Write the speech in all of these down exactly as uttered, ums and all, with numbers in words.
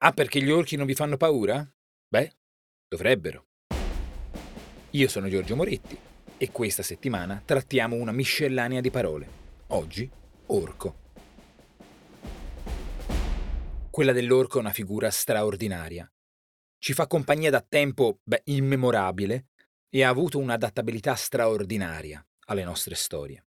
Ah, perché gli orchi non vi fanno paura? Beh, dovrebbero. Io sono Giorgio Moretti e questa settimana trattiamo una miscellanea di parole. Oggi, orco. Quella dell'orco è una figura straordinaria. Ci fa compagnia da tempo, beh, immemorabile e ha avuto un'adattabilità straordinaria alle nostre storie.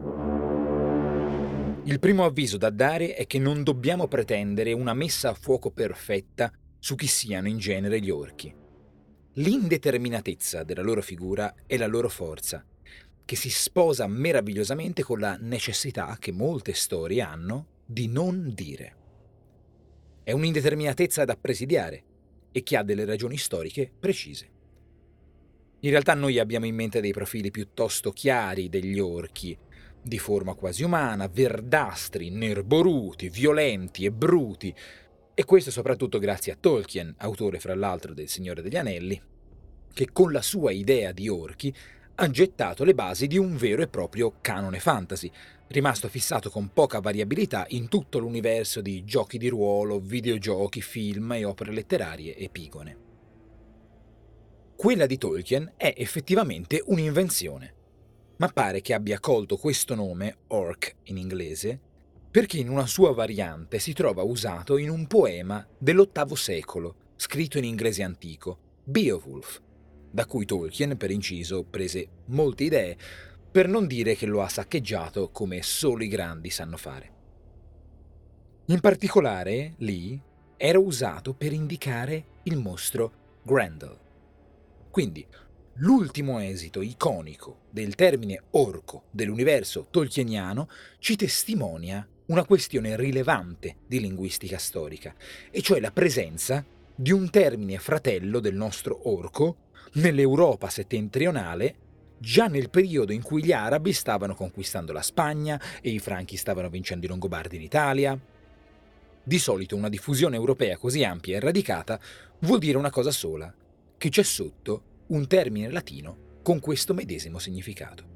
Il primo avviso da dare è che non dobbiamo pretendere una messa a fuoco perfetta su chi siano in genere gli orchi. L'indeterminatezza della loro figura è la loro forza, che si sposa meravigliosamente con la necessità che molte storie hanno di non dire. È un'indeterminatezza da presidiare e che ha delle ragioni storiche precise. In realtà noi abbiamo in mente dei profili piuttosto chiari degli orchi, di forma quasi umana, verdastri, nerboruti, violenti e bruti, e questo soprattutto grazie a Tolkien, autore fra l'altro del Signore degli Anelli, che con la sua idea di orchi ha gettato le basi di un vero e proprio canone fantasy, rimasto fissato con poca variabilità in tutto l'universo di giochi di ruolo, videogiochi, film e opere letterarie epigone. Quella di Tolkien è effettivamente un'invenzione, ma pare che abbia colto questo nome, orc in inglese, perché in una sua variante si trova usato in un poema dell'ottavo secolo, scritto in inglese antico, Beowulf, da cui Tolkien, per inciso, prese molte idee, per non dire che lo ha saccheggiato come solo i grandi sanno fare. In particolare, lì, era usato per indicare il mostro Grendel. Quindi, l'ultimo esito iconico del termine orco dell'universo tolkieniano ci testimonia una questione rilevante di linguistica storica, e cioè la presenza di un termine fratello del nostro orco nell'Europa settentrionale già nel periodo in cui gli arabi stavano conquistando la Spagna e i franchi stavano vincendo i Longobardi in Italia. Di solito una diffusione europea così ampia e radicata vuol dire una cosa sola, che c'è sotto un termine latino con questo medesimo significato.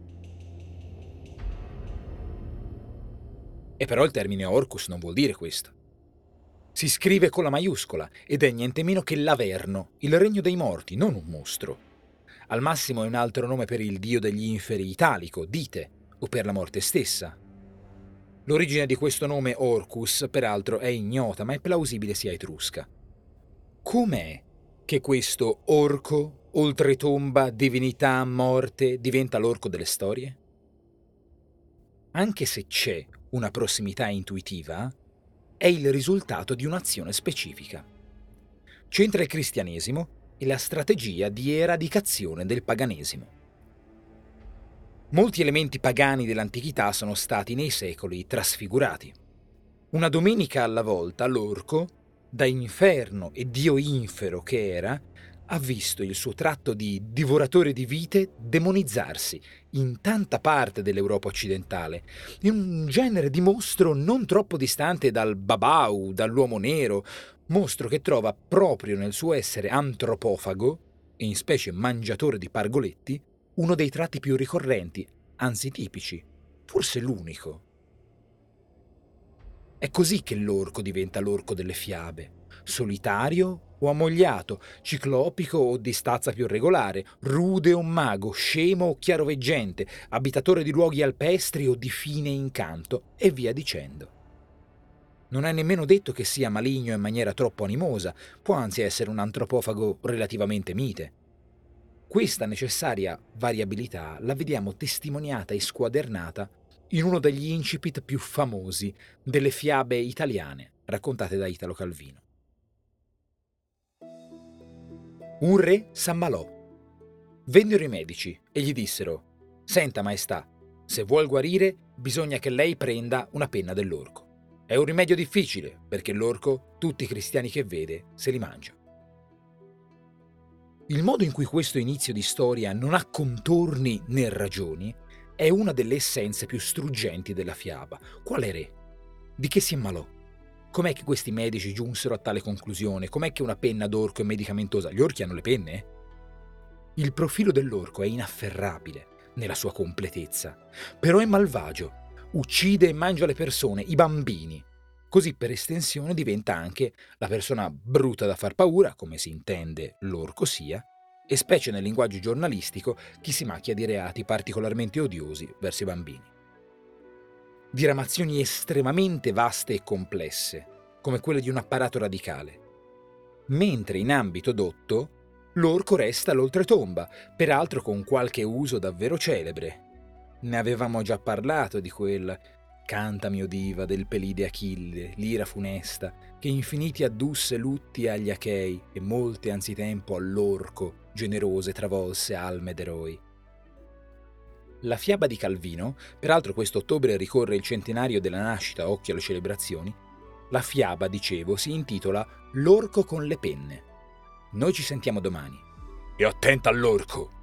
E però il termine Orcus non vuol dire questo. Si scrive con la maiuscola ed è niente meno che l'Averno, il regno dei morti, non un mostro. Al massimo è un altro nome per il dio degli inferi italico, Dite, o per la morte stessa. L'origine di questo nome Orcus, peraltro, è ignota, ma è plausibile sia etrusca. Com'è che questo orco, oltretomba, divinità, morte, diventa l'orco delle storie? Anche se c'è una prossimità intuitiva, è il risultato di un'azione specifica. C'entra il cristianesimo e la strategia di eradicazione del paganesimo. Molti elementi pagani dell'antichità sono stati nei secoli trasfigurati. Una domenica alla volta l'orco, da inferno e dio infero che era, ha visto il suo tratto di divoratore di vite demonizzarsi in tanta parte dell'Europa occidentale, in un genere di mostro non troppo distante dal babau, dall'uomo nero, mostro che trova proprio nel suo essere antropofago, e in specie mangiatore di pargoletti, uno dei tratti più ricorrenti, anzi tipici, forse l'unico. È così che l'orco diventa l'orco delle fiabe, solitario o ammogliato, ciclopico o di stazza più regolare, rude o mago, scemo o chiaroveggente, abitatore di luoghi alpestri o di fine incanto, e via dicendo. Non è nemmeno detto che sia maligno in maniera troppo animosa, può anzi essere un antropofago relativamente mite. Questa necessaria variabilità la vediamo testimoniata e squadernata in uno degli incipit più famosi delle fiabe italiane raccontate da Italo Calvino. Un re s'ammalò. Vennero i medici e gli dissero: «Senta, maestà, se vuol guarire bisogna che lei prenda una penna dell'orco. È un rimedio difficile, perché l'orco tutti i cristiani che vede se li mangia». Il modo in cui questo inizio di storia non ha contorni né ragioni è una delle essenze più struggenti della fiaba. Quale re? Di che si ammalò? Com'è che questi medici giunsero a tale conclusione? Com'è che una penna d'orco è medicamentosa? Gli orchi hanno le penne? Il profilo dell'orco è inafferrabile nella sua completezza, però è malvagio, uccide e mangia le persone, i bambini, Così per estensione diventa anche la persona brutta da far paura, come si intende l'orco sia, e specie nel linguaggio giornalistico chi si macchia di reati particolarmente odiosi verso i bambini. Diramazioni estremamente vaste e complesse, come quelle di un apparato radicale. Mentre in ambito dotto, l'orco resta l'oltretomba, peraltro con qualche uso davvero celebre. Ne avevamo già parlato di quel «Cantami, o diva, del Pelide Achille, l'ira funesta, che infiniti addusse lutti agli Achei e molte anzitempo all'orco generose travolse alme d'eroi». La fiaba di Calvino, peraltro questo ottobre ricorre il centenario della nascita, occhio alle celebrazioni, la fiaba, dicevo, si intitola L'orco con le penne. Noi ci sentiamo domani. E attenta all'orco!